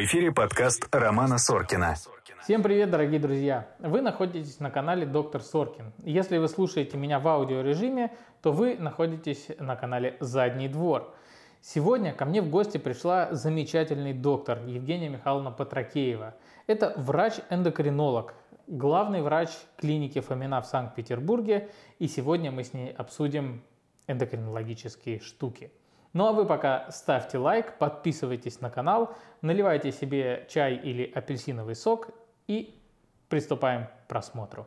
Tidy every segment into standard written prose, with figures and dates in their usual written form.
эфире подкаст Романа Соркина. Всем привет, дорогие друзья! Вы находитесь на канале Доктор Соркин. Если вы слушаете меня в аудиорежиме, то вы находитесь на канале Задний двор. Сегодня ко мне в гости пришла замечательный доктор Евгения Михайловна Патракеева. Это врач-эндокринолог, главный врач клиники Фомина в Санкт-Петербурге. И сегодня мы с ней обсудим эндокринологические штуки. Ну а вы пока ставьте лайк, подписывайтесь на канал, наливайте себе чай или апельсиновый сок и приступаем к просмотру.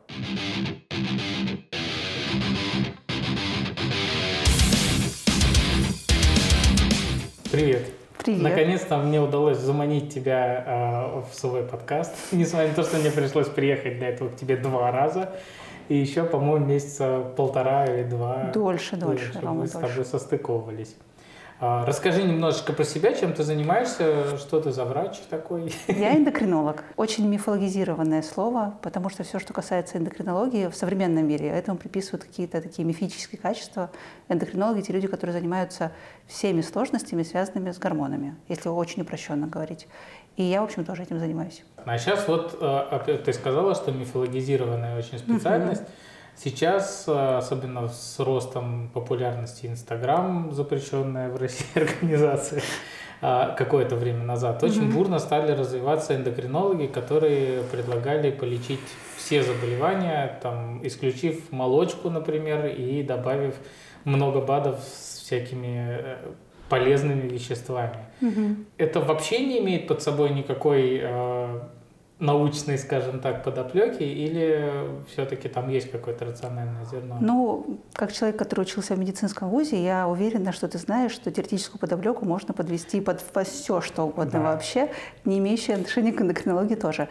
Привет. Привет. Наконец-то мне удалось заманить тебя в свой подкаст, несмотря на то, что мне пришлось приехать для этого к тебе 2 раза. И еще, по-моему, месяца 1,5 или 2. Дольше, мы с тобой состыковывались. Расскажи немножечко про себя, чем ты занимаешься, что ты за врач такой? Я эндокринолог. Очень мифологизированное слово, потому что все, что касается эндокринологии в современном мире, этому приписывают какие-то такие мифические качества. Эндокринологи – те люди, которые занимаются всеми сложностями, связанными с гормонами, если очень упрощенно говорить. И я, в общем, тоже этим занимаюсь. А сейчас вот ты сказала, что мифологизированная очень специальность. Сейчас, особенно с ростом популярности Инстаграм, запрещенная в России организация, какое-то время назад, очень бурно стали развиваться эндокринологи, которые предлагали полечить все заболевания, там, исключив молочку, например, и добавив много БАДов с всякими полезными веществами. Это вообще не имеет под собой никакой научной, скажем так, подоплеки, или все-таки там есть какое-то рациональное зерно? Ну, как человек, который учился в медицинском вузе, я уверена, что ты знаешь, что теоретическую подоплеку можно подвести под все, что угодно вообще, не имеющее отношения к эндокринологии тоже.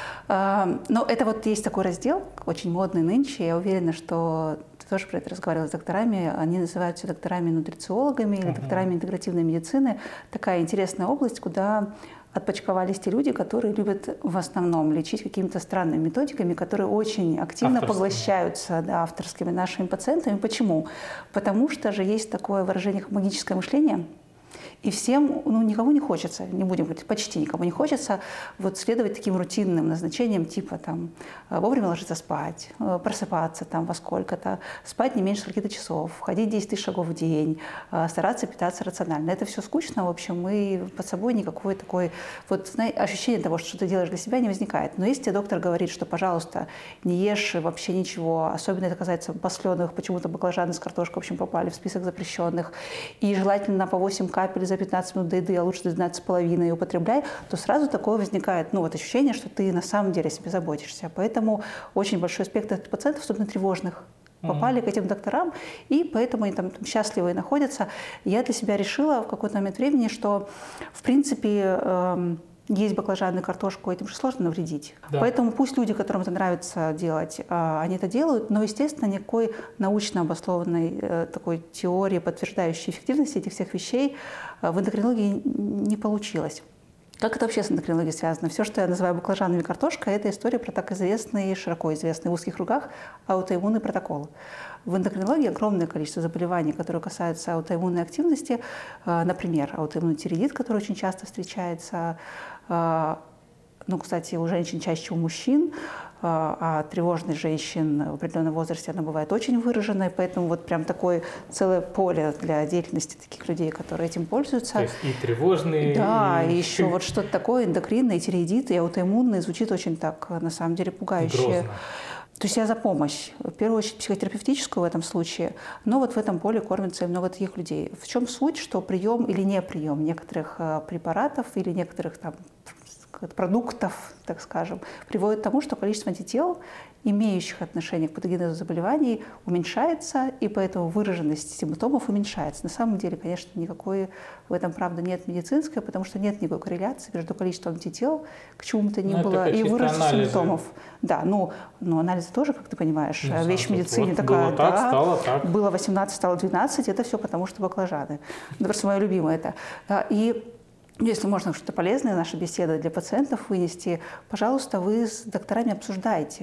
Но это вот есть такой раздел, очень модный нынче. Я уверена, что ты тоже про это разговаривала с докторами. Они называются докторами-нутрициологами или докторами интегративной медицины. Такая интересная область, куда отпочковались те люди, которые любят в основном лечить какими-то странными методиками, которые очень активно поглощаются авторскими нашими пациентами. Почему? Потому что же есть такое выражение, как магическое мышление. И всем, никому не хочется, не будем говорить, почти никому не хочется вот следовать таким рутинным назначениям, типа там вовремя ложиться спать, просыпаться там во сколько-то, спать не меньше скольки-то часов, ходить 10 тысяч шагов в день, стараться питаться рационально. Это все скучно, в общем, и под собой никакое такое вот, ощущение того, что ты делаешь для себя, не возникает. Но если тебе доктор говорит, что, пожалуйста, не ешь вообще ничего, особенно это касается посленых, почему-то баклажаны с картошкой, в общем, попали в список запрещенных, и желательно по 8 капель за 15 минут до еды, а лучше до 12,5 и употребляй, то сразу такое возникает ощущение, что ты на самом деле о себе заботишься. Поэтому очень большой спектр пациентов, особенно тревожных, попали к этим докторам, и поэтому они там счастливы находятся. Я для себя решила в какой-то момент времени, что, в принципе, есть баклажаны, картошку, этим же сложно навредить. Да. Поэтому пусть люди, которым это нравится делать, они это делают, но, естественно, никакой научно обоснованной такой теории, подтверждающей эффективность этих всех вещей, в эндокринологии не получилось. Как это вообще с эндокринологией связано? Все, что я называю баклажанами и картошкой, это история про так известный, широко известный в узких кругах аутоиммунный протокол. В эндокринологии огромное количество заболеваний, которые касаются аутоиммунной активности. Например, аутоиммунный тиреидит, который очень часто встречается, кстати, у женщин чаще, чем у мужчин, а тревожность женщин в определенном возрасте, она бывает очень выраженной, поэтому вот прям такое целое поле для деятельности таких людей, которые этим пользуются. То есть и тревожные, да, и еще вот что-то такое, эндокринное, тиреидит, и аутоиммунное, звучит очень так, на самом деле, пугающе. Грозно. То есть я за помощь, в первую очередь психотерапевтическую в этом случае, но вот в этом поле кормится и много таких людей. В чем суть, что прием или не прием некоторых препаратов или некоторых там продуктов, так скажем, приводит к тому, что количество антител, имеющих отношение к патогенезу заболеваний, уменьшается, и поэтому выраженность симптомов уменьшается. На самом деле, конечно, никакой в этом, правда, нет медицинской, потому что нет никакой корреляции между количеством антител, к чему бы то ни было, и выраженностью симптомов. Да, но анализы тоже, как ты понимаешь, вещь в медицине вот такая. Было так, стало так. Было 18, стало 12, это все потому, что баклажаны. Это просто мое любимое это. И если можно что-то полезное, наша беседа для пациентов вынести, пожалуйста, вы с докторами обсуждайте.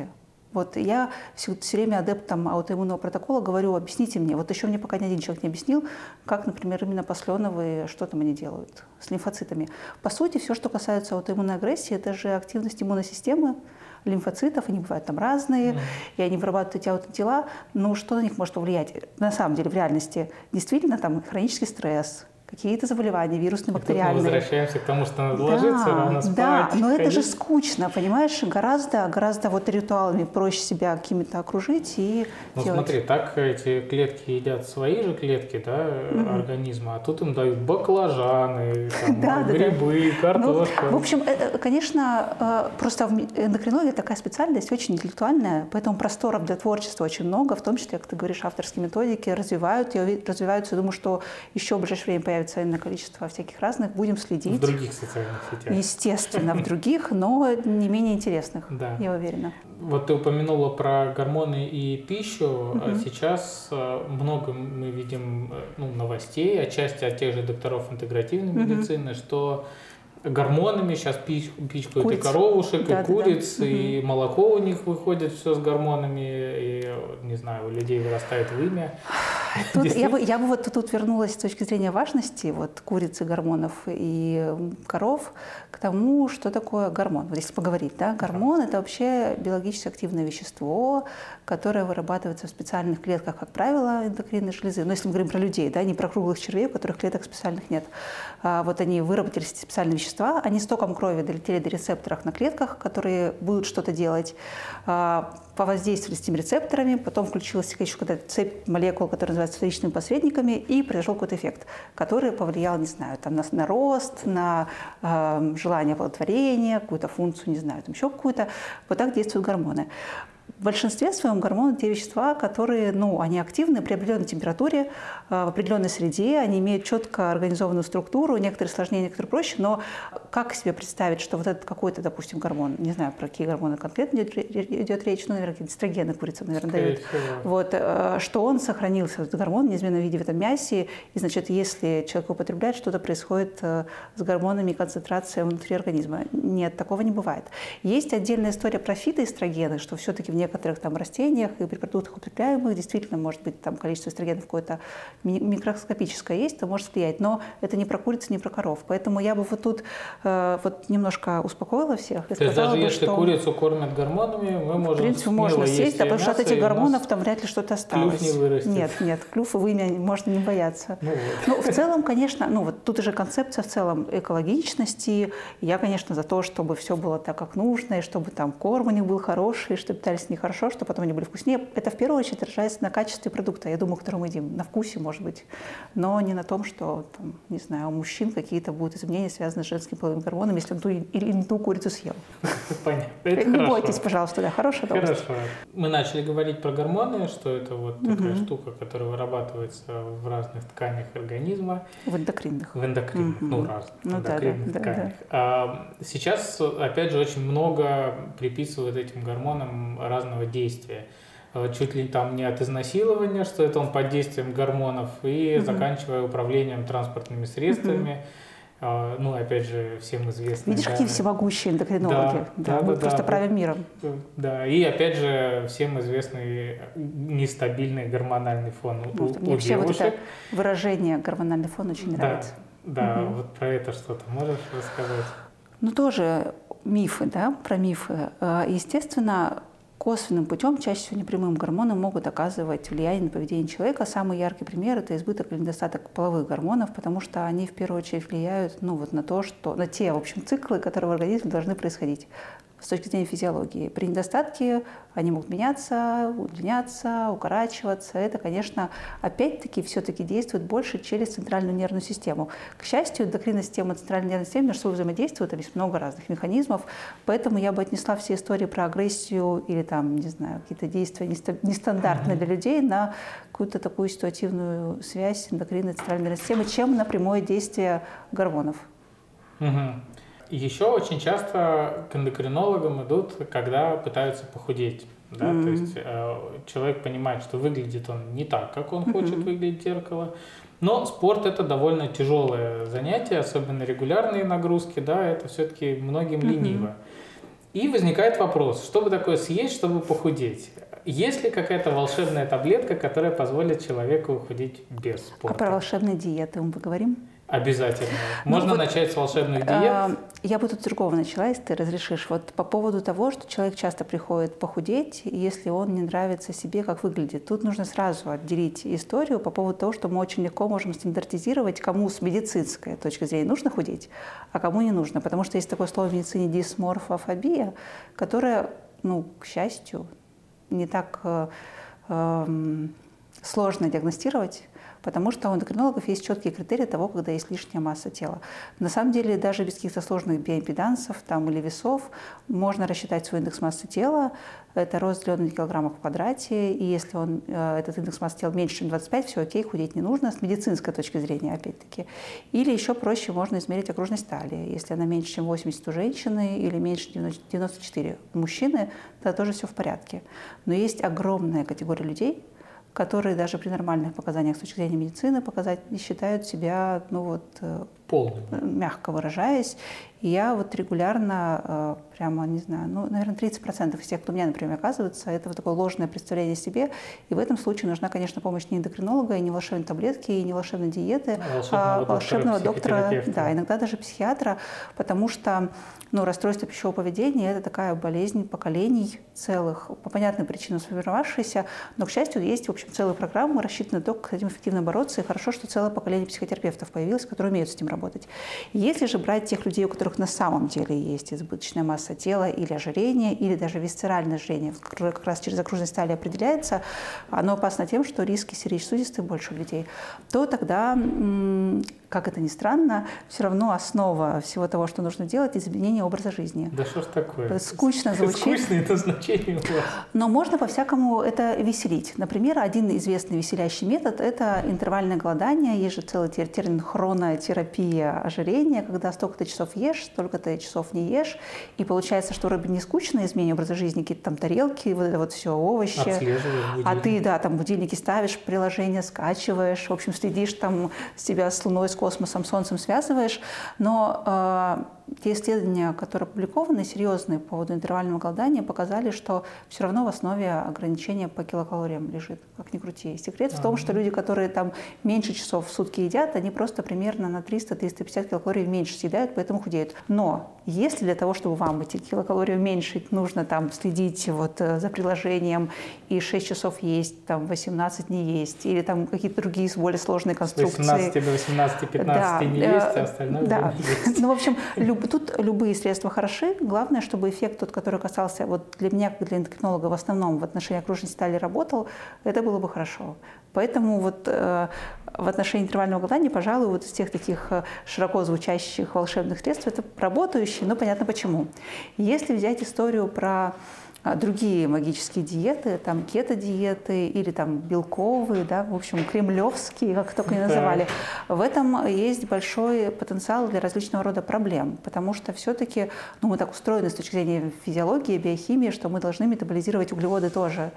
Вот я все время адептам аутоиммунного протокола говорю, объясните мне, вот еще мне пока ни один человек не объяснил, как, например, именно посленовые, что там они делают с лимфоцитами. По сути, все, что касается аутоиммунной агрессии, это же активность иммунной системы, лимфоцитов, они бывают там разные, и они вырабатывают эти аутотела, но что на них может повлиять? На самом деле, в реальности, действительно, там хронический стресс, какие-то заболевания, вирусные, бактериальные. Мы возвращаемся к тому, что надо ложиться, рано спать. Да, но это же скучно, понимаешь? Гораздо вот ритуалами проще себя какими-то окружить и делать. Смотри, так эти клетки едят свои же клетки, да, организма, а тут им дают баклажаны, там, грибы, картошку. В общем, конечно, просто эндокринология такая специальность, очень интеллектуальная, поэтому просторов для творчества очень много, в том числе, как ты говоришь, авторские методики развиваются. Я думаю, что еще в ближайшее время появится ценное количество всяких разных, будем следить. В других социальных сетях. Естественно, в других, но не менее интересных, да. Я уверена. Вот ты упомянула про гормоны и пищу. Сейчас много мы видим новостей, отчасти от тех же докторов интегративной медицины, что гормонами сейчас пичкают и коровушек, и куриц, и молоко у них выходит все с гормонами, и, не знаю, у людей вырастает вымя. Я бы вот тут вернулась с точки зрения важности вот, курицы, гормонов и коров к тому, что такое гормон. Вот если поговорить, да, гормон – это вообще биологически активное вещество, которое вырабатывается в специальных клетках, как правило, эндокринной железы. Но если мы говорим про людей, да, не про круглых червей, у которых клеток специальных нет. Вот они выработали специальные вещества, они с током крови долетели до рецепторов на клетках, которые будут что-то делать, повоздействовали с этими рецепторами, потом включилась еще какая-то цепь молекул, которая называется вторичными посредниками, и произошел какой-то эффект, который повлиял, не знаю, там, на рост, на желание оплодотворения, какую-то функцию, не знаю, там еще какую-то. Вот так действуют гормоны. В большинстве своем гормоны – те вещества, которые, они активны при определенной температуре, в определенной среде, они имеют четко организованную структуру, некоторые сложнее, некоторые проще, но как себе представить, что вот этот какой-то, допустим, гормон, не знаю, про какие гормоны конкретно идет речь, наверное, эстрогены курица, наверное, дают, вот, что он сохранился, этот гормон в неизменном виде в этом мясе, и, значит, если человек употребляет, что-то происходит с гормонами и концентрацией внутри организма. Нет, такого не бывает. Есть отдельная история про фитоэстрогены, что все-таки в некоторых там растениях и при продуктах употребляемых действительно может быть там количество эстрогенов какое-то микроскопическое есть, то может влиять, но это не про куриц, не про коров. Поэтому я бы вот тут вот немножко успокоила всех и сказала бы, даже если курицу кормят гормонами, мы можем, в принципе, можно съесть, потому что от этих гормонов там вряд ли что-то осталось. Клюв не вырастет. Нет, клюв и вымя можно не бояться. Ну, в целом, конечно, вот тут уже концепция в целом экологичности. Я, конечно, за то, чтобы все было так, как нужно, и чтобы там корм у них был хороший, чтобы питались нехорошо, чтобы потом они были вкуснее. Это в первую очередь отражается на качестве продукта, я думаю, который мы едим, на вкусе, может быть, но не на том, что, там, не знаю, у мужчин какие-то будут изменения, связанные с женским половым гормоном, если он ту или не ту курицу съел. Понятно. Не бойтесь, пожалуйста, да, хорошая новость. Хорошо. Мы начали говорить про гормоны, что это вот такая штука, которая вырабатывается в разных тканях организма. В эндокринных. Разных эндокринных тканях. Сейчас, опять же, очень много приписывают этим гормонам разного действия. Чуть ли там не от изнасилования, что это он под действием гормонов, и заканчивая управлением транспортными средствами. Опять же, всем известно. Видишь, какие всемогущие эндокринологи. Мы просто правим миром. Да, и опять же, всем известный нестабильный гормональный фон у вообще девушек. Вот это выражение гормональный фон очень нравится. Да, вот про это что-то можешь рассказать? Тоже мифы, да, про мифы. Естественно, косвенным путем, чаще всего непрямым гормоны могут оказывать влияние на поведение человека. Самый яркий пример – это избыток или недостаток половых гормонов, потому что они в первую очередь влияют на те, в общем, циклы, которые в организме должны происходить с точки зрения физиологии. При недостатке они могут меняться, удлиняться, укорачиваться. Это, конечно, опять-таки все-таки действует больше через центральную нервную систему. К счастью, эндокринная система и центральная нервная система между собой взаимодействуют, там есть много разных механизмов, поэтому я бы отнесла все истории про агрессию или там, не знаю, какие-то действия нестандартные для людей на какую-то такую ситуативную связь эндокринной и центральной нервной системы, чем на прямое действие гормонов. Еще очень часто к эндокринологам идут, когда пытаются похудеть. Да? То есть человек понимает, что выглядит он не так, как он хочет выглядеть в зеркало. Но спорт – это довольно тяжелое занятие, особенно регулярные нагрузки, да, это все-таки многим лениво. И возникает вопрос, что бы такое съесть, чтобы похудеть? Есть ли какая-то волшебная таблетка, которая позволит человеку худеть без спорта? А про волшебные диеты мы поговорим? Обязательно. Можно начать с волшебных диет? Я бы тут с другого начала, если ты разрешишь. Вот по поводу того, что человек часто приходит похудеть, если он не нравится себе, как выглядит. Тут нужно сразу отделить историю по поводу того, что мы очень легко можем стандартизировать, кому с медицинской точки зрения нужно худеть, а кому не нужно. Потому что есть такое слово в медицине дисморфофобия, которое, к счастью, не так сложно диагностировать, потому что у эндокринологов есть четкие критерии того, когда есть лишняя масса тела. На самом деле, даже без каких-то сложных биоимпедансов или весов можно рассчитать свой индекс массы тела. Это рост в килограммах в квадрате. И если этот индекс массы тела меньше, чем 25, все окей, худеть не нужно, с медицинской точки зрения, опять-таки. Или еще проще можно измерить окружность талии. Если она меньше, чем 80 у женщины или меньше 94 у мужчины, то тоже все в порядке. Но есть огромная категория людей, которые даже при нормальных показаниях с точки зрения медицины считают себя, полным, мягко выражаясь. И я регулярно, прямо, не знаю, наверное, 30% из тех, кто у меня, например, оказывается, это такое ложное представление о себе. И в этом случае нужна, конечно, помощь не эндокринолога, и не волшебной таблетки, и не волшебной диеты, а волшебного доктора, да, иногда даже психиатра, потому что расстройство пищевого поведения – это такая болезнь поколений целых, по понятным причинам сформировавшаяся, но, к счастью, есть, в общем, целая программа, рассчитанная только с этим эффективно бороться, и хорошо, что целое поколение психотерапевтов появилось, которые умеют с этим работать. Если же брать тех людей, у которых на самом деле есть избыточная масса тела или ожирение, или даже висцеральное ожирение, которое как раз через окружность талии определяется, оно опасно тем, что риски сердечно-сосудистой больше у людей, то тогда, как это ни странно, все равно основа всего того, что нужно делать, изменение образа жизни. Да что ж такое? Скучно звучит. Скучно это значение у вас. Но можно по-всякому это веселить. Например, один известный веселящий метод – это интервальное голодание. Есть же целый термин хронотерапия ожирения, когда столько-то часов ешь, столько-то часов не ешь. И получается, что вроде не скучно изменение образа жизни, какие-то там тарелки, это все, овощи. Отслеживаешь будильник. А ты, там будильники ставишь, приложение скачиваешь, в общем, следишь себя с Луной, с космосом, Солнцем связываешь. Но те исследования, которые опубликованы, серьезные по поводу интервального голодания, показали, что все равно в основе ограничения по килокалориям лежит, как ни крути. Секрет в том, что люди, которые меньше часов в сутки едят, они просто примерно на 300-350 килокалорий меньше съедают, поэтому худеют. Но если для того, чтобы вам эти килокалории уменьшить, нужно следить за приложением и 6 часов есть, 18 не есть, или какие-то другие более сложные конструкции. С 18 до 18-15 не есть, а остальное не есть. В общем, тут любые средства хороши. Главное, чтобы эффект тот, который касался для меня, как для эндокринолога, в основном в отношении окружности талии работал, это было бы хорошо. Поэтому в отношении интервального голодания, пожалуй, из тех таких широко звучащих волшебных средств это работающие, но понятно почему. Если взять историю про другие магические диеты, кето-диеты или белковые, в общем, кремлевские, как только не называли, в этом есть большой потенциал для различного рода проблем, потому что все-таки мы так устроены с точки зрения физиологии, биохимии, что мы должны метаболизировать углеводы тоже.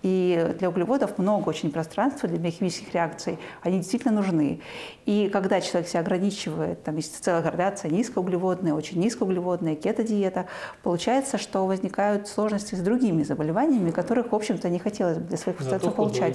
И для углеводов много очень пространства для биохимических реакций. Они действительно нужны. И когда человек себя ограничивает, есть целая градация низкоуглеводная, очень низкоуглеводная, кето-диета, получается, что возникают сложности с другими заболеваниями, которых, в общем-то, не хотелось бы для своих пациентов получать.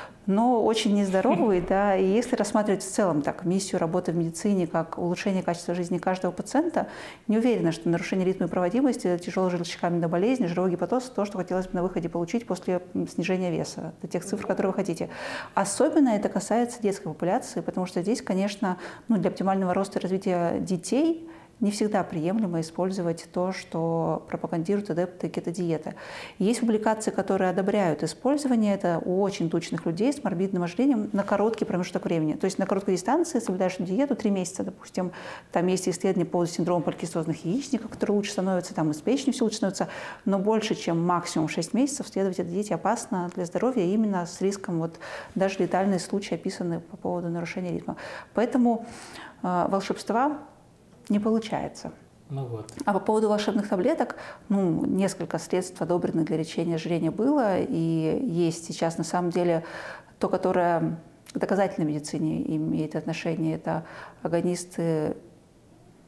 Но очень нездоровые, и если рассматривать в целом миссию работы в медицине как улучшение качества жизни каждого пациента, не уверена, что нарушение ритма и проводимости, тяжелая желчекаменная болезнь, жировой гепатоз – то, что хотелось бы на выходе получить после снижения веса, до тех цифр, которые вы хотите. Особенно это касается детской популяции, потому что здесь, конечно, для оптимального роста и развития детей не всегда приемлемо использовать то, что пропагандируют адепты кето-диеты. Есть публикации, которые одобряют использование это у очень тучных людей с морбидным ожирением на короткий промежуток времени. То есть на короткой дистанции соблюдаешь диету 3 месяца, допустим. Там есть исследования по поводу синдрома поликистозных яичников, которые лучше становятся, и с печенью все лучше становится. Но больше, чем максимум 6 месяцев следовать этой диете опасно для здоровья, именно с риском, даже летальные случаи описаны по поводу нарушения ритма. Поэтому волшебства не получается. А по поводу волшебных таблеток, несколько средств, одобренных для лечения ожирения, было, и есть сейчас на самом деле то, которое к доказательной медицине имеет отношение, это агонисты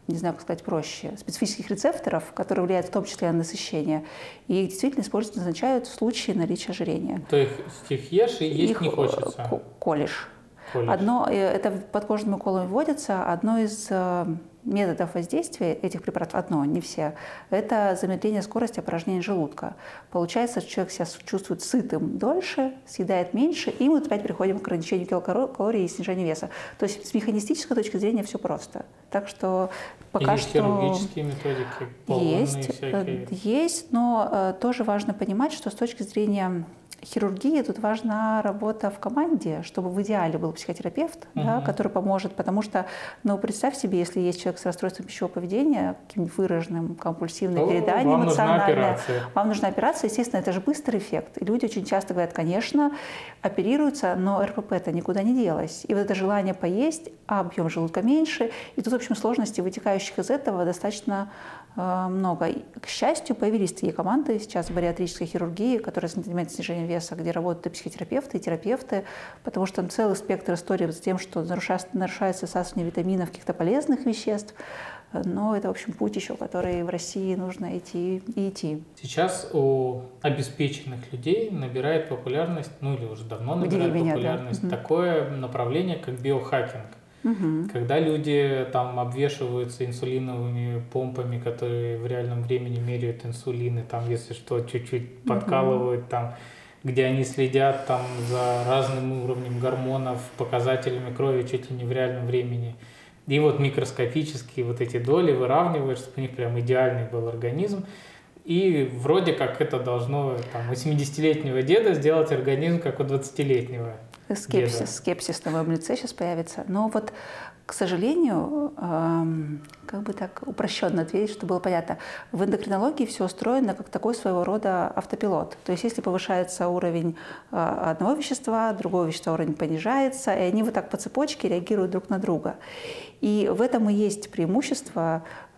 не знаю, как сказать проще, специфических рецепторов, которые влияют в том числе на насыщение. И их действительно используют, назначают в случае наличия ожирения. То есть их ешь и есть не хочется? Колешь. Колешь. Это подкожными уколами вводится. Одно из методов воздействия этих препаратов, одно, не все, это замедление скорости опорожнения желудка. Получается, что человек себя чувствует сытым дольше, съедает меньше, и мы опять приходим к ограничению килокалорий и снижению веса. То есть с механистической точки зрения все просто. Так что пока есть что... хирургические методики, полные всякие. Есть, но тоже важно понимать, что с точки зрения хирургии тут важна работа в команде, чтобы в идеале был психотерапевт, да, который поможет, потому что, представь себе, если есть человек с расстройством пищевого поведения, каким-нибудь выраженным, компульсивным перееданием, эмоциональным, вам нужна операция, естественно, это же быстрый эффект. И люди очень часто говорят, конечно, оперируются, но РПП-то никуда не делось. И вот это желание поесть, а объем желудка меньше, и тут, в общем, сложностей, вытекающих из этого, достаточно много. К счастью, появились такие команды сейчас в бариатрической хирургии, которые занимаются снижением веса, где работают и психотерапевты, и терапевты, потому что там целый спектр историй с тем, что нарушается всасывание витаминов, каких-то полезных веществ. Но это, в общем, путь еще, который в России нужно идти и идти. Сейчас у обеспеченных людей набирает популярность, или уже давно набирает популярность, такое направление, как биохакинг. Когда люди там обвешиваются инсулиновыми помпами, которые в реальном времени меряют инсулин, и там, если что, чуть-чуть подкалывают, там, где они следят там за разным уровнем гормонов, показателями крови чуть ли не в реальном времени. И вот микроскопические вот эти доли выравнивают, чтобы у них прям идеальный был организм. И вроде как это должно там, 80-летнего деда сделать организм, как у 20-летнего. Скепсис на моем лице сейчас появится. Но вот, к сожалению, как бы так упрощенно ответить, чтобы было понятно, в эндокринологии все устроено как такой своего рода автопилот. То есть если повышается уровень одного вещества, другого вещества уровень понижается, и они вот так по цепочке реагируют друг на друга. И в этом и есть преимущество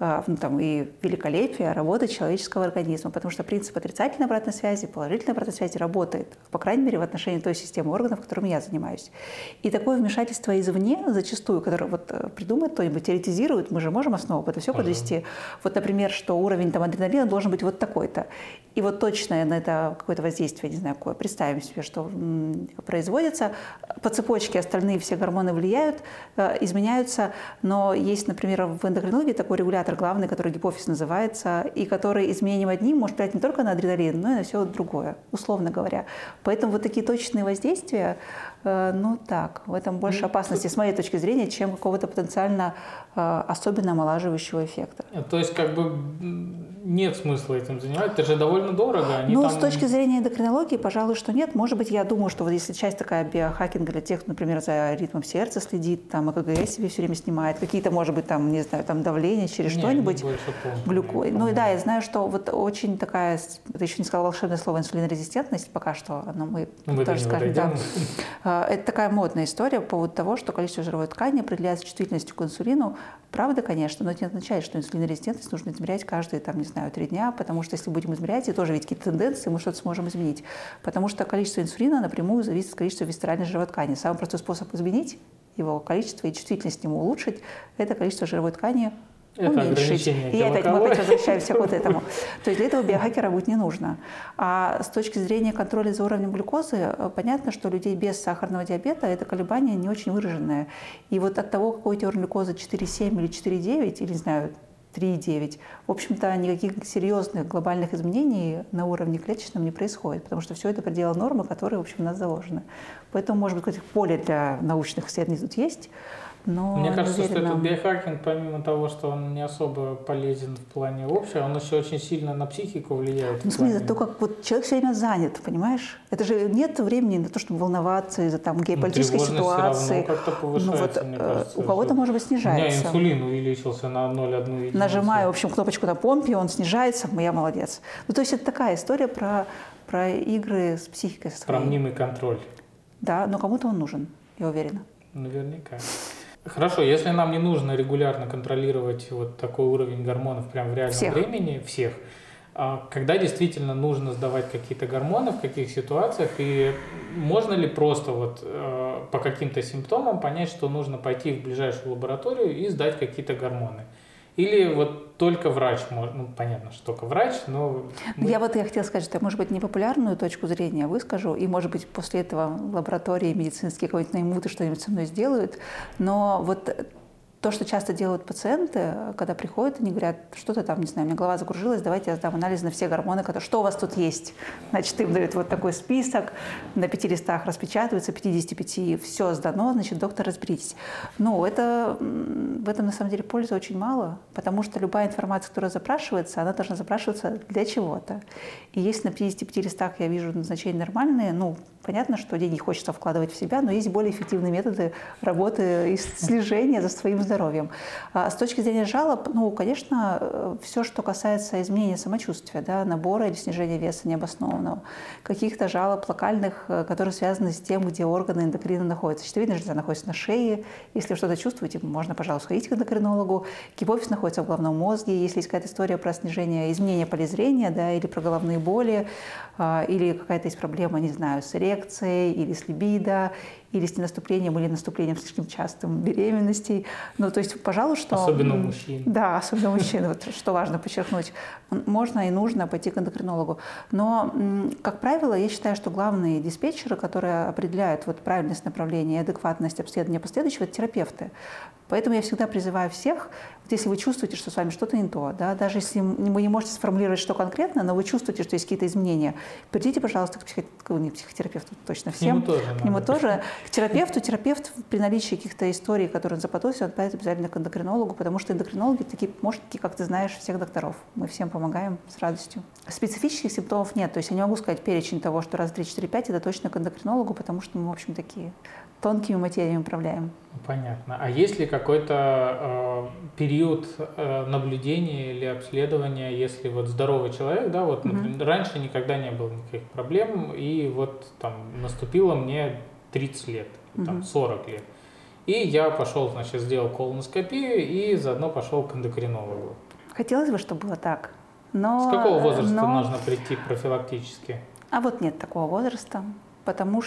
и великолепие работы человеческого организма, потому что принцип отрицательной обратной связи, положительной обратной связи работает, по крайней мере, в отношении той системы органов, которыми я занимаюсь. И такое вмешательство извне, зачастую, которое придумает кто-нибудь, теоретизирует, мы же можем основу под это все подвести. Вот, например, что уровень адреналина должен быть вот такой-то. И вот точно на это какое-то воздействие, не знаю, какое, представим себе, что производится. По цепочке остальные все гормоны влияют, изменяются, но есть, например, в эндокринологии такой регулятор главный, который гипофиз называется, и который изменением одним может влиять не только на адреналин, но и на все другое, условно говоря. Поэтому вот такие точечные воздействия, в этом больше опасности, с моей точки зрения, чем какого-то потенциально особенно омолаживающего эффекта. То есть, нет смысла этим заниматься, это же довольно дорого. С точки зрения эндокринологии, пожалуй, что нет. Может быть, я думаю, что вот если часть такая биохакинга для тех, кто, например, за ритмом сердца следит, ЭКГ себе все время снимает, какие-то, может быть, давление через что-нибудь, глюкозы. Я знаю, что вот очень такая, ты еще не сказала волшебное слово, инсулинорезистентность, пока что, мы тоже скажем, это такая модная история по поводу того, что количество жировой ткани определяется чувствительностью к инсулину. Правда, конечно, но это не означает, что инсулинорезистентность нужно измерять каждые, 3 дня, потому что если будем измерять, и тоже видеть какие-то тенденции, мы что-то сможем изменить. Потому что количество инсулина напрямую зависит от количества висцеральной жировой ткани. Самый простой способ изменить его количество и чувствительность к нему улучшить – это количество жировой ткани уменьшить. И опять мы возвращаемся к вот этому. То есть для этого биохакера будет не нужно. А с точки зрения контроля за уровнем глюкозы, понятно, что у людей без сахарного диабета это колебание не очень выраженное. И вот от того, какой у тебя уровень глюкозы 4,7 или 4,9, или, не знаю, 3,9, в общем-то, никаких серьезных глобальных изменений на уровне клеточном не происходит, потому что все это пределы нормы, которые, в общем, у нас заложены. Поэтому, может быть, какое-то поле для научных исследований тут есть. Но мне кажется, что этот биохакинг, помимо того, что он не особо полезен в плане общего, он еще очень сильно на психику влияет. Смотри, то, как человек все время занят, понимаешь? Это же нет времени на то, чтобы волноваться из-за геополитической ситуации. Все равно как-то повышается, мне кажется. У кого-то, может быть, снижается. У меня инсулин увеличился на 0,1 единицу. Нажимаю, в общем, кнопочку на помпе, он снижается, я молодец. То есть это такая история про игры с психикой. Про мнимый контроль. Да, но кому-то он нужен, я уверена. Наверняка. Хорошо, если нам не нужно регулярно контролировать вот такой уровень гормонов прямо в реальном времени, всех, когда действительно нужно сдавать какие-то гормоны, в каких ситуациях, и можно ли просто по каким-то симптомам понять, что нужно пойти в ближайшую лабораторию и сдать какие-то гормоны? Или вот только врач может, ну, понятно, что только врач, но... Я хотела сказать, что я, может быть, непопулярную точку зрения выскажу, и, может быть, после этого лаборатории медицинские кого-нибудь наймут и что-нибудь со мной сделают, но вот то, что часто делают пациенты, когда приходят, они говорят, что-то там, не знаю, у меня голова закружилась, давайте я сдам анализ на все гормоны, что у вас тут есть. Значит, им дают вот такой список, на 5 листах распечатывается, 55, все сдано, значит, доктор, разберитесь. Ну, в этом на самом деле пользы очень мало, потому что любая информация, которая запрашивается, она должна запрашиваться для чего-то. И если на 55 листах я вижу назначения нормальные, понятно, что деньги хочется вкладывать в себя, но есть более эффективные методы работы и слежения за своим здоровьем. С точки зрения жалоб, конечно, все, что касается изменения самочувствия, набора или снижения веса необоснованного, каких-то жалоб локальных, которые связаны с тем, где органы эндокрина находятся. Щитовидная железа находится на шее. Если вы что-то чувствуете, можно, пожалуйста, сходить к эндокринологу. Гипофиз находится в головном мозге. Если есть какая-то история про изменение поля зрения, или про головные боли, или какая-то есть проблема, не знаю, с эрекцией, или с либидо, или с ненаступлением, или наступлением слишком частым беременностей. То есть, пожалуй, что... Особенно у мужчин. Да, особенно у мужчин, что важно подчеркнуть. Можно и нужно пойти к эндокринологу. Но, как правило, я считаю, что главные диспетчеры, которые определяют правильность направления и адекватность обследования последующего, это терапевты. Поэтому я всегда призываю всех, если вы чувствуете, что с вами что-то не то, даже если вы не можете сформулировать, что конкретно, но вы чувствуете, что есть какие-то изменения, придите, пожалуйста, к психотерапевту, точно всем. К нему тоже. К терапевту. Терапевт при наличии каких-то историй, которые он заподозрил, он отправит обязательно к эндокринологу, потому что эндокринологи такие помощники, как ты знаешь, всех докторов. Мы всем помогаем с радостью. Специфических симптомов нет. То есть я не могу сказать перечень того, что раз, 3, 4, 5, это точно к эндокринологу, потому что мы, в общем, такие тонкими материями управляем. Понятно. А есть ли какой-то период наблюдения или обследования, если здоровый человек, например, раньше никогда не было никаких проблем, и наступило мне 30 лет, 40 лет. И я пошел, сделал колоноскопию и заодно пошел к эндокринологу. Хотелось бы, чтобы было так. Но, с какого возраста нужно прийти профилактически? Нет такого возраста, потому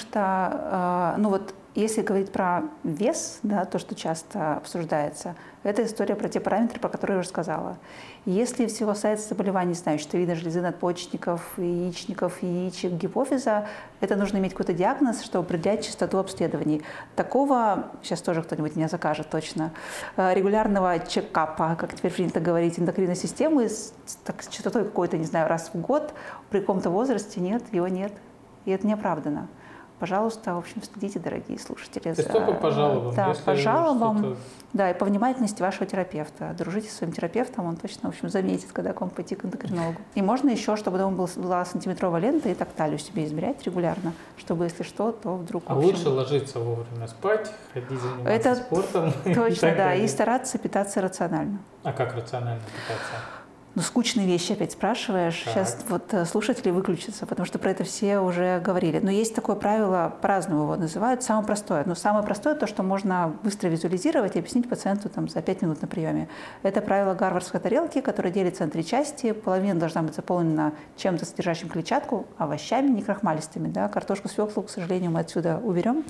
что, если говорить про вес, то, что часто обсуждается, это история про те параметры, про которые я уже сказала. Если всего касается заболеваний, щитовидной железы, надпочечников, яичников, яичек, гипофиза, это нужно иметь какой-то диагноз, чтобы определять частоту обследований. Такого, сейчас тоже кто-нибудь меня закажет точно, регулярного чекапа, как теперь принято говорить, эндокринной системы, с частотой какой-то, не знаю, раз в год, при каком-то возрасте нет, его нет. И это неоправданно. Пожалуйста, в общем, следите, дорогие слушатели. То есть только по жалобам? Да, по жалобам, и по внимательности вашего терапевта. Дружите с своим терапевтом, он точно, в общем, заметит, когда к вам пойти к эндокринологу. И можно еще, чтобы дома была сантиметровая лента, и так талию себе измерять регулярно, чтобы, если что, то вдруг... А лучше ложиться вовремя спать, ходить заниматься спортом. Точно, да, и стараться питаться рационально. А как рационально питаться? Скучные вещи опять спрашиваешь. Так. Сейчас слушатели выключатся, потому что про это все уже говорили. Но есть такое правило, по-разному его называют, самое простое. Самое простое то, что можно быстро визуализировать и объяснить пациенту за 5 минут на приеме. Это правило гарвардской тарелки, которое делится на 3 части. Половина должна быть заполнена чем-то, содержащим клетчатку, овощами, некрахмалистыми. Картошку, свеклу, к сожалению, мы отсюда уберем.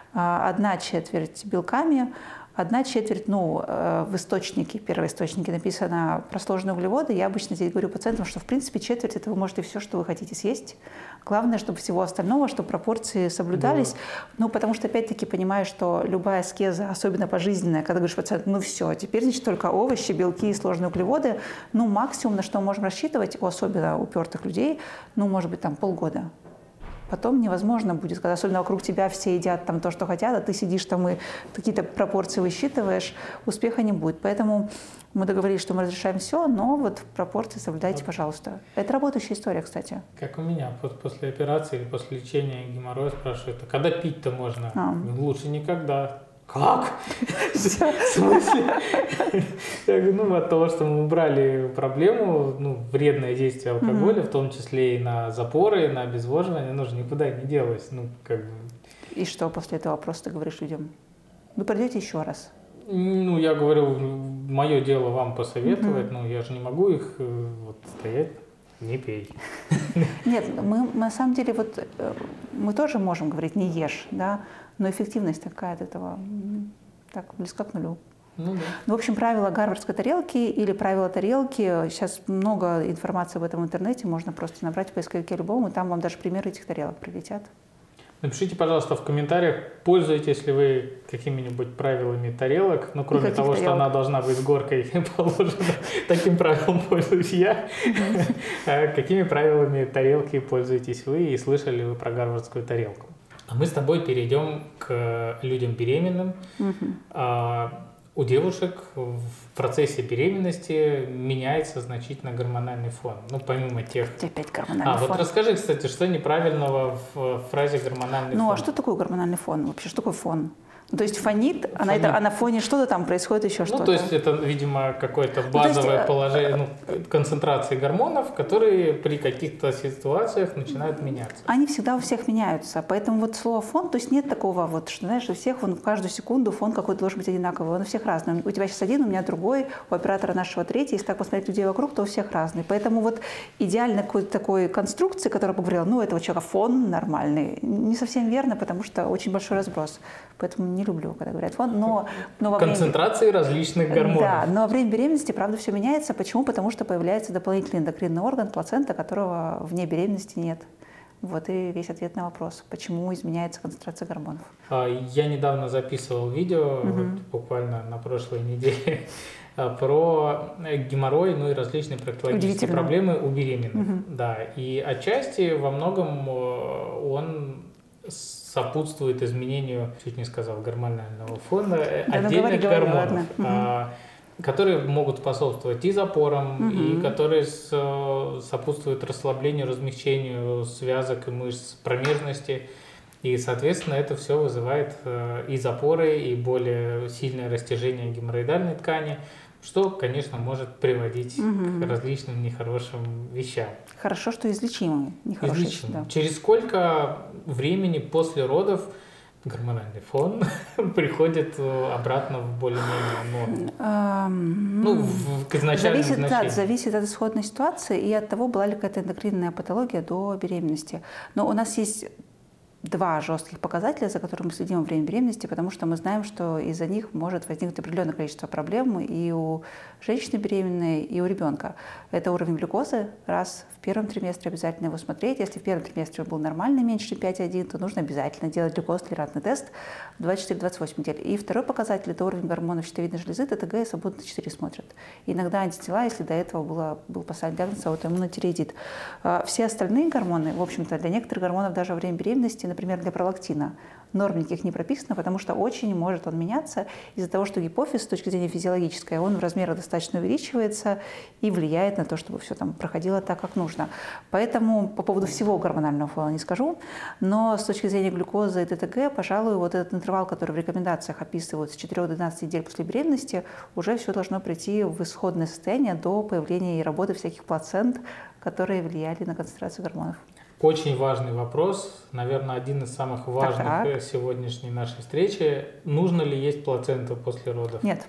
1/4 белками, 1/4, в источнике, первоисточнике написано про сложные углеводы. Я обычно здесь говорю пациентам, что в принципе четверть это вы можете все, что вы хотите съесть. Главное, чтобы всего остального, чтобы пропорции соблюдались. Да. Потому что опять-таки понимаю, что любая аскеза, особенно пожизненная, когда говоришь пациенту, все, теперь значит только овощи, белки и сложные углеводы, максимум, на что мы можем рассчитывать, особенно упертых людей, может быть, полгода. Потом невозможно будет, когда особенно вокруг тебя все едят то, что хотят, а ты сидишь и какие-то пропорции высчитываешь, успеха не будет. Поэтому мы договорились, что мы разрешаем все, но пропорции соблюдайте, пожалуйста. Это работающая история, кстати. Как у меня, после операции или после лечения геморроя спрашивают, а когда пить-то можно? Лучше никогда. Как? В смысле? Я говорю, от того, что мы убрали проблему, вредное действие алкоголя, в том числе и на запоры, и на обезвоживание, оно же никуда не делось. И что после этого вопроса ты говоришь людям? Вы придете еще раз? Я говорю, мое дело вам посоветовать, я же не могу их стоять. Не пей. Нет, мы на самом деле, мы тоже можем говорить, не ешь, но эффективность такая от этого так близка к нулю. Ну, да. Ну, в общем, правила гарвардской тарелки или правила тарелки, сейчас много информации об этом в интернете, можно просто набрать в поисковике любому, и там вам даже примеры этих тарелок прилетят. Напишите, пожалуйста, в комментариях, пользуетесь ли вы какими-нибудь правилами тарелок, ну, кроме того, что она должна быть с горкой положена, таким правилом пользуюсь я. Какими правилами тарелки пользуетесь вы и слышали ли вы про гарвардскую тарелку? А мы с тобой перейдем к людям беременным. У девушек в процессе беременности меняется значительно гормональный фон. Ну, помимо тех... Опять гормональный фон. Вот расскажи, кстати, что неправильного в фразе гормональный фон? Ну, а что такое гормональный фон вообще? Что такое фон? То есть фонит, а на фоне что-то там происходит еще что-то. Ну, то есть это, видимо, какое-то базовое положение, концентрации гормонов, которые при каких-то ситуациях начинают меняться. Они всегда у всех меняются. Поэтому вот слово фон, то есть нет такого вот, что, знаешь, у всех в каждую секунду фон какой-то должен быть одинаковый. Он у всех разный. У тебя сейчас один, у меня другой, у оператора нашего третий. Если так посмотреть людей вокруг, то у всех разный. Поэтому вот идеально какой-то такой конструкции, которая бы говорила, ну, этого человека фон нормальный, не совсем верно, потому что очень большой разброс. Поэтому не люблю, когда говорят фон, но во время... Концентрации различных гормонов. Да, но во время беременности, правда, все меняется. Почему? Потому что появляется дополнительный эндокринный орган, плацента, которого вне беременности нет. Вот и весь ответ на вопрос, почему изменяется концентрация гормонов. Я недавно записывал видео, вот буквально на прошлой неделе, про геморрой, ну и различные проктологические проблемы у беременных. Да, и отчасти во многом он сопутствует изменению, чуть не сказал, гормонального фона, отдельных гормонов, которые могут способствовать и запорам, и которые сопутствуют расслаблению, размягчению связок и мышц промежности. И, соответственно, это все вызывает и запоры, и более сильное растяжение геморроидальной ткани, что, конечно, может приводить к различным нехорошим вещам. Хорошо, что излечимые, нехорошие. Излечимые. Да. Через сколько времени после родов гормональный фон приходит обратно в более-менее норму? Ну, к изначальному значению. Зависит от исходной ситуации и от того, была ли какая-то эндокринная патология до беременности. Но у нас есть два жестких показателя, за которыми мы следим во время беременности, потому что мы знаем, что из-за них может возникнуть определенное количество проблем и у женщины беременной, и у ребенка. Это уровень глюкозы. Раз в первом триместре обязательно его смотреть. Если в первом триместре он был нормальный, меньше, чем 5,1, то нужно обязательно делать глюкозотолерантный тест 24-28 недель. И второй показатель – это уровень гормонов щитовидной железы, ТТГ и свободно-Т4 смотрят. И иногда антитела, если до этого был поставлен диагноз аутоиммунный тиреоидит. Все остальные гормоны, в общем-то, для некоторых гормонов даже во время беременности, например, для пролактина, норм никаких не прописано, потому что очень может он меняться из-за того, что гипофиз с точки зрения физиологической, он в размерах достаточно увеличивается и влияет на то, чтобы все там проходило так, как нужно. Поэтому по поводу всего гормонального фона не скажу, но с точки зрения глюкозы и ТТГ, пожалуй, вот этот интервал, который в рекомендациях описывают с 4 до 12 недель после беременности, уже все должно прийти в исходное состояние до появления и работы всяких плацент, которые влияли на концентрацию гормонов. Очень важный вопрос, наверное, один из самых важных сегодняшней нашей встречи. Нужно ли есть плаценту после родов? Нет.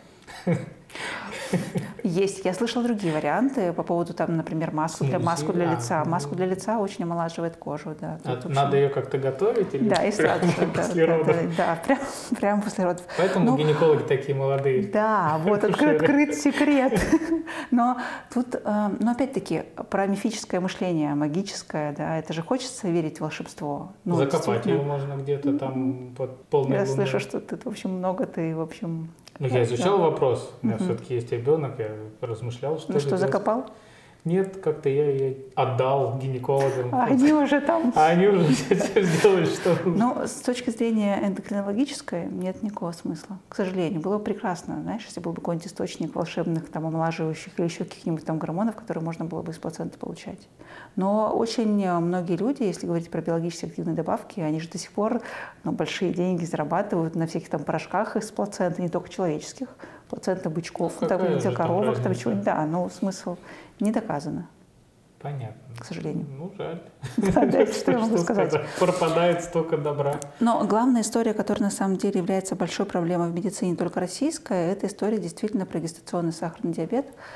Есть. Я слышала другие варианты по поводу, там, например, маску для лица. Маску для лица очень омолаживает кожу. Да. Надо ее как-то готовить? Или да, и сразу после родов? Да, прямо после родов. Поэтому гинекологи такие молодые. Да, вот открыт секрет. Но тут, опять-таки, про мифическое мышление, магическое, да, это же хочется верить в волшебство. Закопать его можно где-то там под полной луной. Я слышу, что ты, в общем, в общем... Я изучал вопрос, у меня все-таки есть ребенок, я размышлял, что... Ну что, закопал? Нет, как-то я ее отдал гинекологам. Они уже там... Они уже сделали, что... Ну, с точки зрения эндокринологической нет никакого смысла. К сожалению, было бы прекрасно, знаешь, если был бы какой-нибудь источник волшебных, там, омолаживающих или еще каких-нибудь там гормонов, которые можно было бы из плаценты получать. Но очень многие люди, если говорить про биологически активные добавки, они же до сих пор большие деньги зарабатывают на всяких там порошках из плаценты, не только человеческих, плацента бычков, коровок, там чего-нибудь. Да, но смысл не доказано. Понятно. К сожалению. Ну, жаль. Да, что я могу сказать? Пропадает столько добра. Но главная история, которая на самом деле является большой проблемой в медицине, только российская, это история действительно про гестационный сахарный диабет.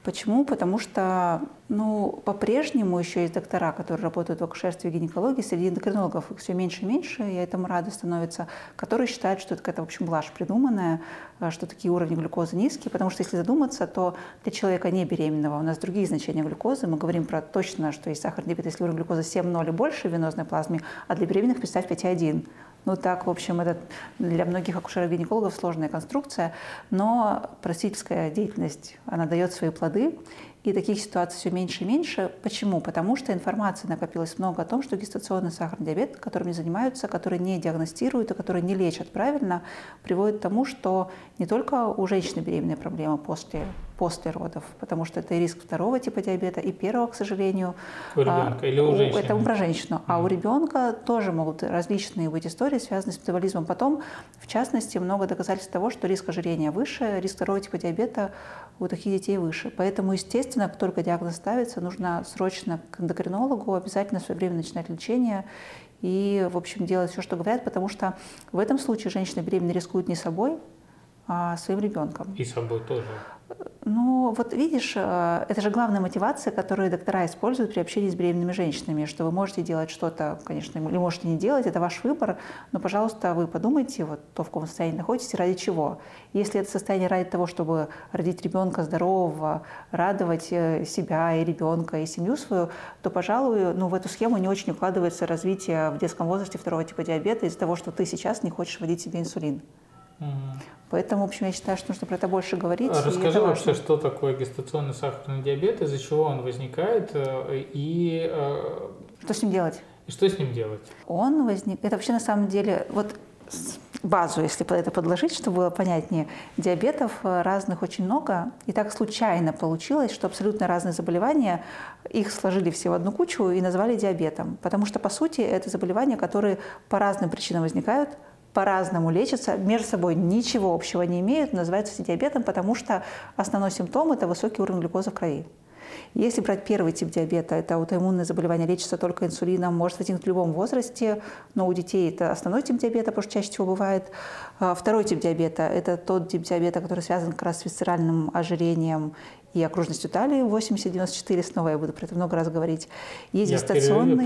Почему? Потому что, по-прежнему еще есть доктора, которые работают в акушерстве и гинекологии, среди эндокринологов их все меньше и меньше, и этому рада становится, которые считают, что это какая-то, в общем, блажь придуманная, что такие уровни глюкозы низкие, потому что если задуматься, то для человека не беременного у нас другие значения глюкозы. Мы говорим про точно, что есть сахарный диабет, если уровень глюкозы 7,0 и больше в венозной плазме, а для беременных, представь, 5,1. Так, в общем, это для многих акушеров-гинекологов сложная конструкция, но просветительская деятельность, она дает свои плоды, и таких ситуаций все меньше и меньше. Почему? Потому что информации накопилось много о том, что гестационный сахарный диабет, которым не занимаются, которые не диагностируют и которые не лечат правильно, приводит к тому, что не только у женщины беременные проблемы после родов, потому что это и риск второго типа диабета, и первого, к сожалению. У ребенка или у женщины? Это про женщину. А у ребенка тоже могут различные быть истории, связанные с метаболизмом. Потом, в частности, много доказательств того, что риск ожирения выше, риск второго типа диабета у таких детей выше. Поэтому, естественно, как только диагноз ставится, нужно срочно к эндокринологу, обязательно своевременно начинать лечение и, в общем, делать все, что говорят, потому что в этом случае женщина беременная рискует не собой, а своим ребенком. И собой тоже. Видишь, это же главная мотивация, которую доктора используют при общении с беременными женщинами, что вы можете делать что-то, конечно, или можете не делать, это ваш выбор, но, пожалуйста, вы подумайте, то, в каком состоянии находитесь, ради чего. Если это состояние ради того, чтобы родить ребенка здорового, радовать себя и ребенка, и семью свою, то, пожалуй, в эту схему не очень укладывается развитие в детском возрасте второго типа диабета из-за того, что ты сейчас не хочешь вводить себе инсулин. Поэтому, в общем, я считаю, что нужно про это больше говорить. Расскажи вообще, что такое гестационный сахарный диабет, из-за чего он возникает и… Что с ним делать? И что с ним делать? Он возник… Это вообще на самом деле… Базу, если под это подложить, чтобы было понятнее, диабетов разных очень много, и так случайно получилось, что абсолютно разные заболевания, их сложили все в одну кучу и назвали диабетом, потому что, по сути, это заболевания, которые по разным причинам возникают, по-разному лечатся, между собой ничего общего не имеют, называются диабетом, потому что основной симптом – это высокий уровень глюкозы в крови. Если брать первый тип диабета, это аутоиммунное заболевание, лечится только инсулином, может возникнуть в любом возрасте, но у детей это основной тип диабета, потому что чаще всего бывает. Второй тип диабета – это тот тип диабета, который связан как раз с висцеральным ожирением и окружностью талии 80-94, снова я буду про это много раз говорить. Есть гестационный…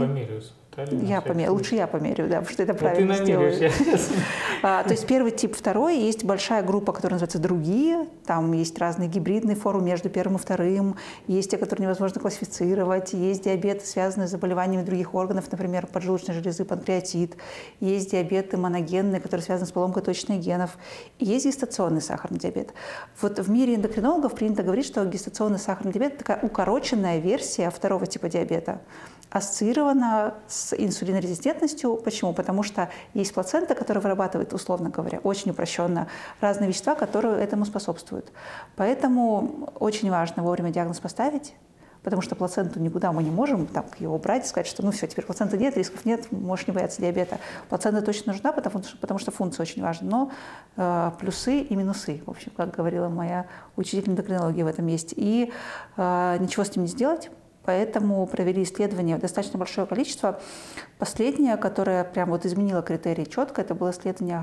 Лучше я померю, да, потому что это правильно сделаю. То есть первый тип, второй, есть большая группа, которая называется «другие», там есть разные гибридные формы между первым и вторым, есть те, которые невозможно классифицировать, есть диабеты, связанные с заболеваниями других органов, например, поджелудочной железы, панкреатит, есть диабеты моногенные, которые связаны с поломкой точных генов, и есть гестационный сахарный диабет. В мире эндокринологов принято говорить, что гестационный сахарный диабет – такая укороченная версия второго типа диабета, ассоциирована с инсулинорезистентностью. Почему? Потому что есть плацента, которая вырабатывает, условно говоря, очень упрощенно, разные вещества, которые этому способствуют. Поэтому очень важно вовремя диагноз поставить, потому что плаценту никуда мы не можем ее убрать, сказать, что все, теперь плаценты нет, рисков нет, можешь не бояться диабета. Плацента точно нужна, потому что функция очень важна, но плюсы и минусы, в общем, как говорила моя учитель эндокринологии в этом есть. И ничего с ним не сделать. Поэтому провели исследование достаточно большое количество. Последнее, которое прям изменило критерии четко, это было исследование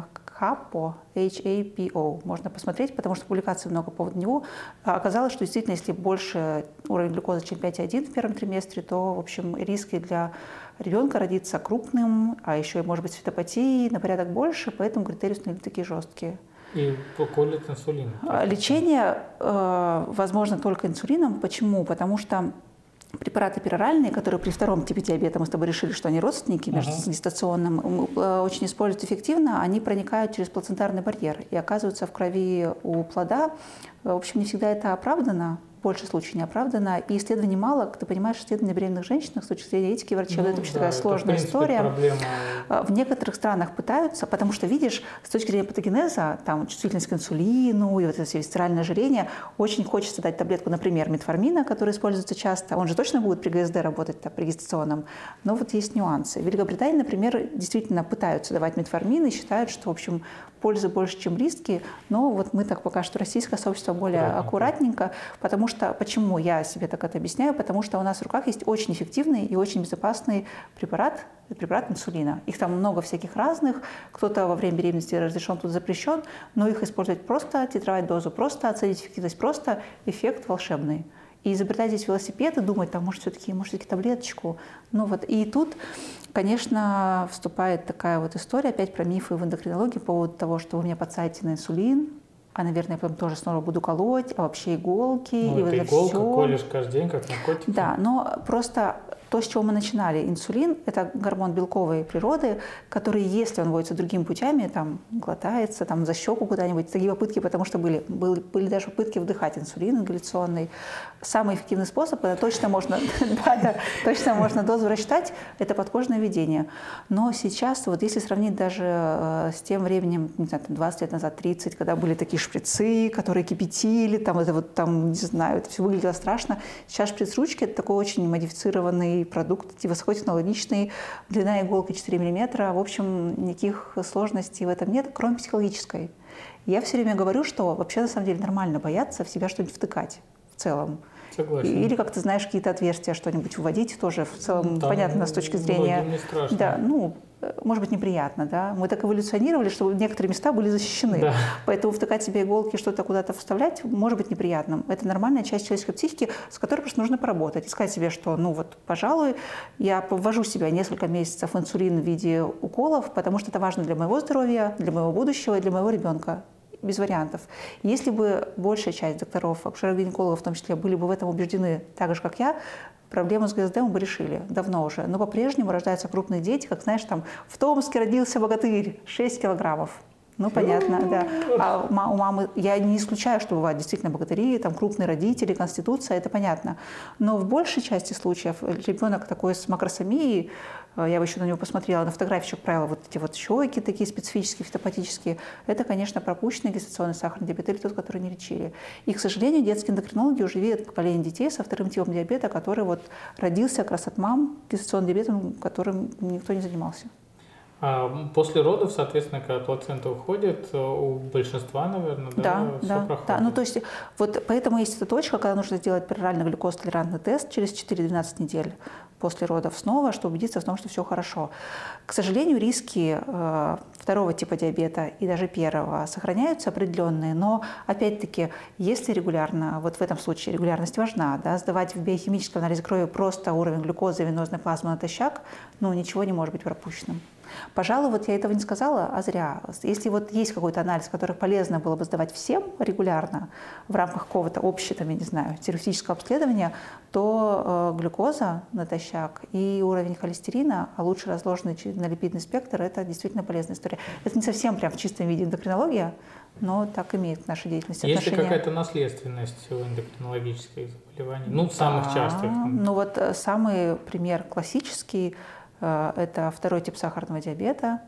HAPO. Можно посмотреть, потому что публикаций много по поводу него. Оказалось, что действительно, если больше уровень глюкозы, чем 5,1 в первом триместре, то, в общем, риски для ребенка родиться крупным, а еще и, может быть, цветопатией на порядок больше, поэтому критерии установили такие жесткие. И колят инсулин. Лечение возможно только инсулином. Почему? Потому что препараты пероральные, которые при втором типе диабета, мы с тобой решили, что они родственники между гестационным, очень используют эффективно, они проникают через плацентарный барьер и оказываются в крови у плода. В общем, не всегда это оправдано, в большем случае не оправдано. И исследований мало, ты понимаешь, исследования беременных женщин с точки зрения этики врачей, это вообще такая сложная история. Проблема. В некоторых странах пытаются, потому что, видишь, с точки зрения патогенеза, там чувствительность к инсулину и это все висцеральное ожирение, очень хочется дать таблетку, например, метформина, который используется часто. Он же точно будет при ГСД работать, при гестационном. Но есть нюансы. В Великобритании, например, действительно пытаются давать метформин и считают, что, в общем, пользы больше, чем риски. Но мы так пока что российское сообщество более аккуратненько, потому что, почему я себе так это объясняю, потому что у нас в руках есть очень эффективный и очень безопасный препарат инсулина. Их там много всяких разных, кто-то во время беременности разрешен, тут запрещен, но их использовать просто, титровать дозу просто, оценить эффективность просто, эффект волшебный. И изобретать здесь велосипед и думать, там, может, все-таки таблеточку. Ну вот, и тут, конечно, вступает такая вот история опять про мифы в эндокринологии по поводу того, что вы меня подсадите на инсулин, а, наверное, я потом тоже снова буду колоть, а вообще иголки, ну, и вот это иголка, все. колешь каждый день, как наркотик. Да, но просто то, с чего мы начинали, инсулин – это гормон белковой природы, который, если он вводится другими путями, там, глотается, там, за щеку куда-нибудь, такие попытки, потому что были даже попытки вдыхать инсулин ингаляционный. Самый эффективный способ, это точно можно дозу рассчитать, это подкожное введение. Но сейчас, вот если сравнить даже с тем временем, не знаю, 20 лет назад, 30, когда были такие шприцы, которые кипятили, там, это вот, там, не знаю, это все выглядело страшно. Сейчас шприц-ручки – это такой очень модифицированный продукт, высокотехнологичный, длина иголки 4 мм. В общем, никаких сложностей в этом нет, кроме психологической. Я все время говорю, что вообще на самом деле нормально бояться в себя что-нибудь втыкать в целом. Согласен. Или, как ты знаешь, какие-то отверстия что-нибудь вводить тоже в целом там понятно с точки зрения... не страшно. Да, ну, может быть, неприятно, да. Мы так эволюционировали, чтобы некоторые места были защищены. Да. Поэтому втыкать себе иголки, что-то куда-то вставлять, может быть неприятным. Это нормальная часть человеческой психики, с которой просто нужно поработать. И сказать себе, что, ну вот, пожалуй, я ввожу себя несколько месяцев инсулин в виде уколов, потому что это важно для моего здоровья, для моего будущего и для моего ребенка. Без вариантов. Если бы большая часть докторов, акушеров-гинекологов в том числе, были бы в этом убеждены так же, как я, проблему с ГСД мы бы решили давно уже. Но по-прежнему рождаются крупные дети, как, знаешь, там в Томске родился богатырь, 6 килограммов. Ну, понятно, да. А у мамы, я не исключаю, что бывают действительно богатыри, там крупные родители, конституция, это понятно. Но в большей части случаев ребенок такой с макросомией, я бы еще на него посмотрела, на фотографии еще, как правило, вот эти вот щеки такие специфические, фитопатические, это, конечно, пропущенный гестационный сахарный диабет или тот, который не лечили. И, к сожалению, детские эндокринологи уже видят поколение детей со вторым типом диабета, который вот родился как раз от мам гестационным диабетом, которым никто не занимался. А после родов, соответственно, когда плацента уходит, у большинства, наверное, все проходит. Да. Ну, то есть, вот поэтому есть эта точка, когда нужно сделать пероральный глюкозотолерантный тест через 4-12 недель после родов снова, чтобы убедиться в том, что все хорошо. К сожалению, риски второго типа диабета и даже первого сохраняются определенные, но, опять-таки, если регулярно, вот в этом случае регулярность важна, да, сдавать в биохимическом анализе крови просто уровень глюкозы и венозной плазмы натощак, ну, ничего не может быть пропущенным. Пожалуй, вот я этого не сказала, а зря. Если вот есть какой-то анализ, который полезно было бы сдавать всем регулярно в рамках какого-то общего, там, я не знаю, терапевтического обследования, то глюкоза натощак и уровень холестерина, а лучше разложенный на липидный спектр, это действительно полезная история. Это не совсем прям в чистом виде эндокринология, но так имеет к нашей деятельности отношение. Есть ли какая-то наследственность у эндокринологических заболеваний? Ну, самых частых. Ну вот самый пример классический – это второй тип сахарного диабета,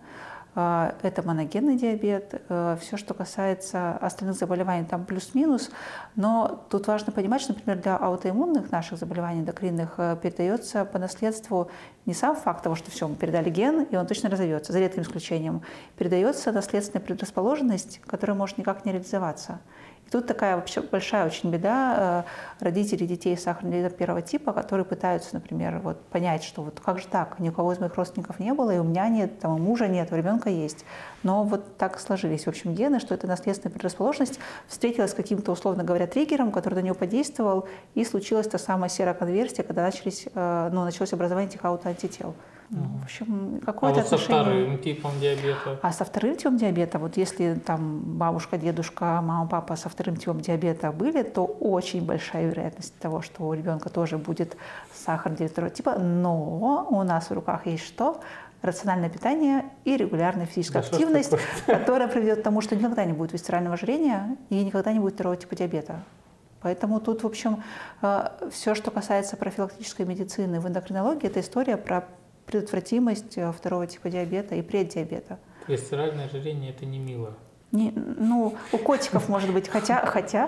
это моногенный диабет. Все, что касается остальных заболеваний, там плюс-минус. Но тут важно понимать, что, например, для аутоиммунных наших заболеваний эндокринных передается по наследству не сам факт того, что все, мы передали ген, и он точно разовьется, за редким исключением. Передается наследственная предрасположенность, которая может никак не реализоваться. И тут такая вообще большая очень беда родителей детей с сахарным диабетом первого типа, которые пытаются, например, вот понять, что вот как же так, ни у кого из моих родственников не было, и у меня нет, там, у мужа нет, у ребенка есть. Но вот так сложились, в общем, гены, что эта наследственная предрасположенность встретилась с каким-то, условно говоря, триггером, который на него подействовал, и случилась та самая сероконверсия, когда началось образование этих аутоантител. В общем, какое-то отношение... со вторым типом диабета? А со вторым типом диабета, вот если там бабушка, дедушка, мама, папа со вторым типом диабета были, то очень большая вероятность того, что у ребенка тоже будет сахарный диабет второго типа, но у нас в руках есть что? Рациональное питание и регулярная физическая активность, которая приведет к тому, что никогда не будет висцерального ожирения и никогда не будет второго типа диабета. Поэтому тут, в общем, все, что касается профилактической медицины в эндокринологии, это история про предотвратимость второго типа диабета и преддиабета. Висцеральное ожирение – это не мило. Ну, у котиков может быть, хотя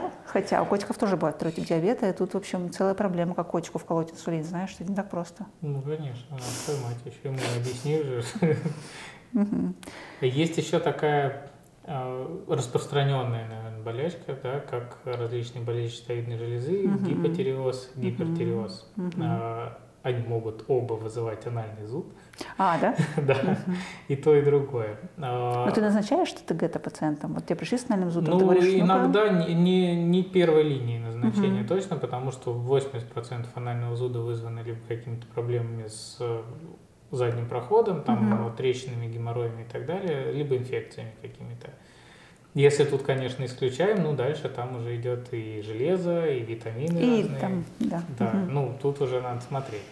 у котиков тоже бывает второй тип диабета, и тут, в общем, целая проблема, как котику вколоть инсулин, знаешь, это не так просто. Ну, конечно, надо поймать, еще ему объяснишь же. Есть еще такая распространенная, наверное, болячка, да, как различные болезни щитовидной железы, гипотиреоз, гипертиреоз. Они могут оба вызывать анальный зуд. Да? Да, и то, и другое. Но ты назначаешь ТТГ пациентам? Вот тебе пришли с анальным зудом, ты говоришь, иногда не первой линии назначаю. значение точно, потому что 80% анального зуда вызваны либо какими-то проблемами с задним проходом, там, трещинами, геморроями и так далее, либо инфекциями какими-то. Если тут, конечно, исключаем, ну, дальше там уже идет и железо, и витамины и разные. там, да. Да, ну, тут уже надо смотреть.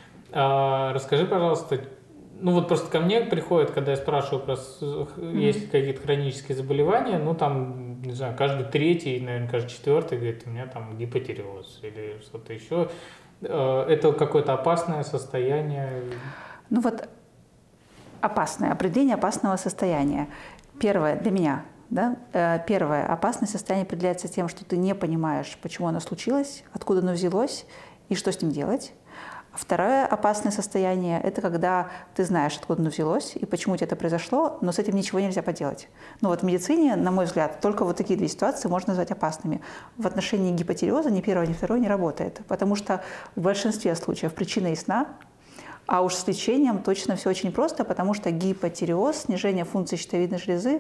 Расскажи, пожалуйста, ну, вот просто ко мне приходят, когда я спрашиваю, есть ли какие-то хронические заболевания, ну, там, не знаю, каждый третий, наверное, каждый четвертый говорит, у меня там гипотиреоз или что-то еще. Это какое-то опасное состояние? Ну, вот опасное, определение опасного состояния. Первое для меня. Да? Первое, опасное состояние определяется тем, что ты не понимаешь, почему оно случилось, откуда оно взялось и что с ним делать. Второе опасное состояние – это когда ты знаешь, откуда оно взялось и почему у тебя это произошло, но с этим ничего нельзя поделать. Ну вот в медицине, на мой взгляд, только вот такие две ситуации можно назвать опасными. В отношении гипотиреоза ни первое, ни второе не работает, потому что в большинстве случаев причина ясна. А уж с лечением точно все очень просто, потому что гипотиреоз, снижение функции щитовидной железы,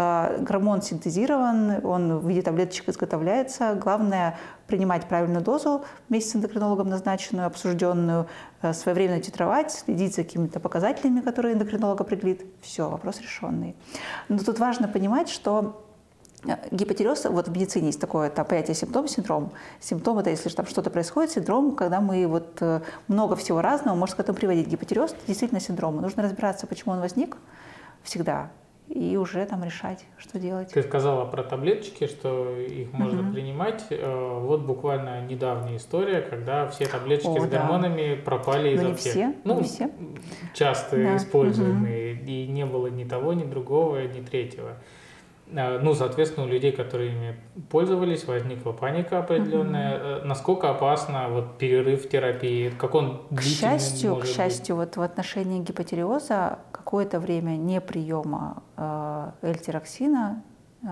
гормон синтезирован, он в виде таблеточек изготовляется. Главное – принимать правильную дозу вместе с эндокринологом назначенную, обсужденную, своевременно титровать, следить за какими-то показателями, которые эндокринолог определит. Все, вопрос решенный. Но тут важно понимать, что гипотиреоз, вот в медицине есть такое понятие симптом-синдром. Симптом – это если там что-то происходит, синдром, когда мы вот много всего разного может к этому приводить. Гипотиреоз – действительно синдром. Нужно разбираться, почему он возник всегда, и уже там решать, что делать. Ты сказала про таблеточки, что их можно принимать. Вот буквально недавняя история, когда все таблеточки с гормонами пропали из аптек. Все, ну, не все. Часто используемые, и не было ни того, ни другого, ни третьего. Ну, соответственно, у людей, которые ими пользовались, возникла паника определенная. Насколько опасно вот перерыв в терапии? Как он длительный может быть? К счастью, вот в отношении гипотиреоза какое-то время неприема L-тироксина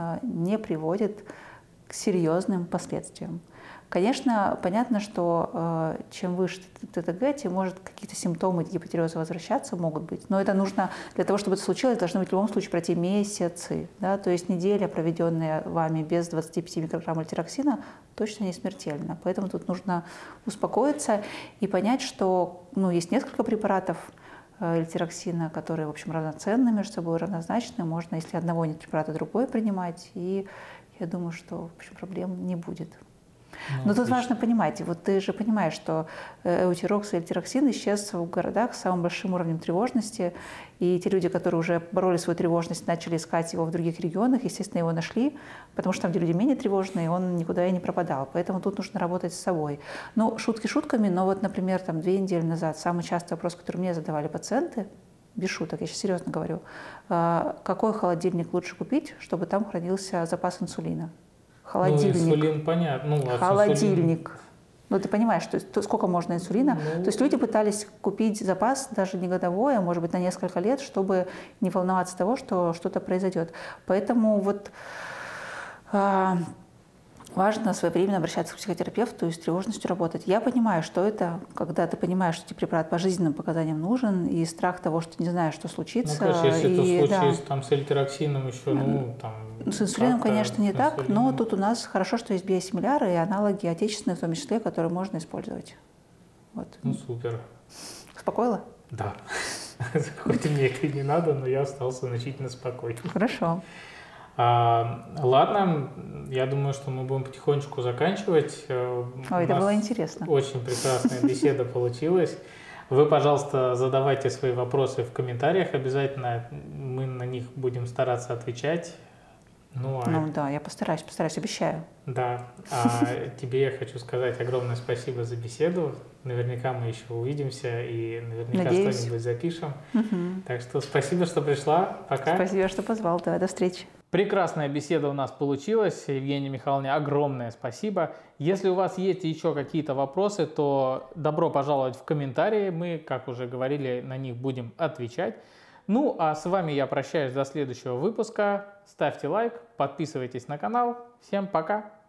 не приводит к серьезным последствиям. Конечно, понятно, что чем выше ТТГ, тем может какие-то симптомы гипотиреоза возвращаться могут быть. Но это нужно, для того, чтобы это случилось, должны быть в любом случае пройти месяцы. Да? То есть неделя, проведенная вами без 25 микрограмм альтироксина, точно не смертельна. Поэтому тут нужно успокоиться и понять, что есть несколько препаратов альтироксина, которые, в общем, равноценны между собой, равнозначны. Можно, если одного нет препарата, другой принимать. И я думаю, что, в общем, проблем не будет. Но тут важно понимать, вот ты же понимаешь, что эутирокс и альтироксин исчез в городах с самым большим уровнем тревожности, и те люди, которые уже бороли свою тревожность, начали искать его в других регионах, естественно, его нашли, потому что там, где люди менее тревожные, он никуда и не пропадал. Поэтому тут нужно работать с собой. Ну, шутки шутками, но вот, например, 2 недели назад самый частый вопрос, который мне задавали пациенты, без шуток, я сейчас серьезно говорю, какой холодильник лучше купить, чтобы там хранился запас инсулина? Холодильник. Ну, инсулин, понятно. Холодильник. Ну, ты понимаешь, то сколько можно инсулина. То есть люди пытались купить запас, даже не годовой, а может быть на несколько лет, чтобы не волноваться того, что что-то произойдет. Поэтому вот важно своевременно обращаться к психотерапевту и с тревожностью работать. Я понимаю, что это, когда ты понимаешь, что тебе препарат по жизненным показаниям нужен, и страх того, что ты не знаешь, что случится. Ну, конечно, если это случай там, с альтироксином еще, там... С инсулином, конечно, не так, но тут у нас хорошо, что есть биосимиляры и аналоги отечественные, в том числе, которые можно использовать. Вот. Ну, супер. Успокоила? Да. Хоть и мне это и не надо, но я остался значительно спокоен. Хорошо. Ладно, я думаю, что мы будем потихонечку заканчивать. Ой, это было интересно. Очень прекрасная беседа получилась. Вы, пожалуйста, задавайте свои вопросы в комментариях обязательно. Мы на них будем стараться отвечать. Ну да, я постараюсь, обещаю. Да, тебе я хочу сказать огромное спасибо за беседу. Наверняка мы еще увидимся и наверняка что-нибудь запишем. Так что спасибо, что пришла. Пока. Спасибо, что позвал. Давай, до встречи. Прекрасная беседа у нас получилась. Евгения Михайловна, огромное спасибо. Если у вас есть еще какие-то вопросы, то добро пожаловать в комментарии. Мы, как уже говорили, на них будем отвечать. Ну, а с вами я прощаюсь до следующего выпуска. Ставьте лайк, подписывайтесь на канал. Всем пока!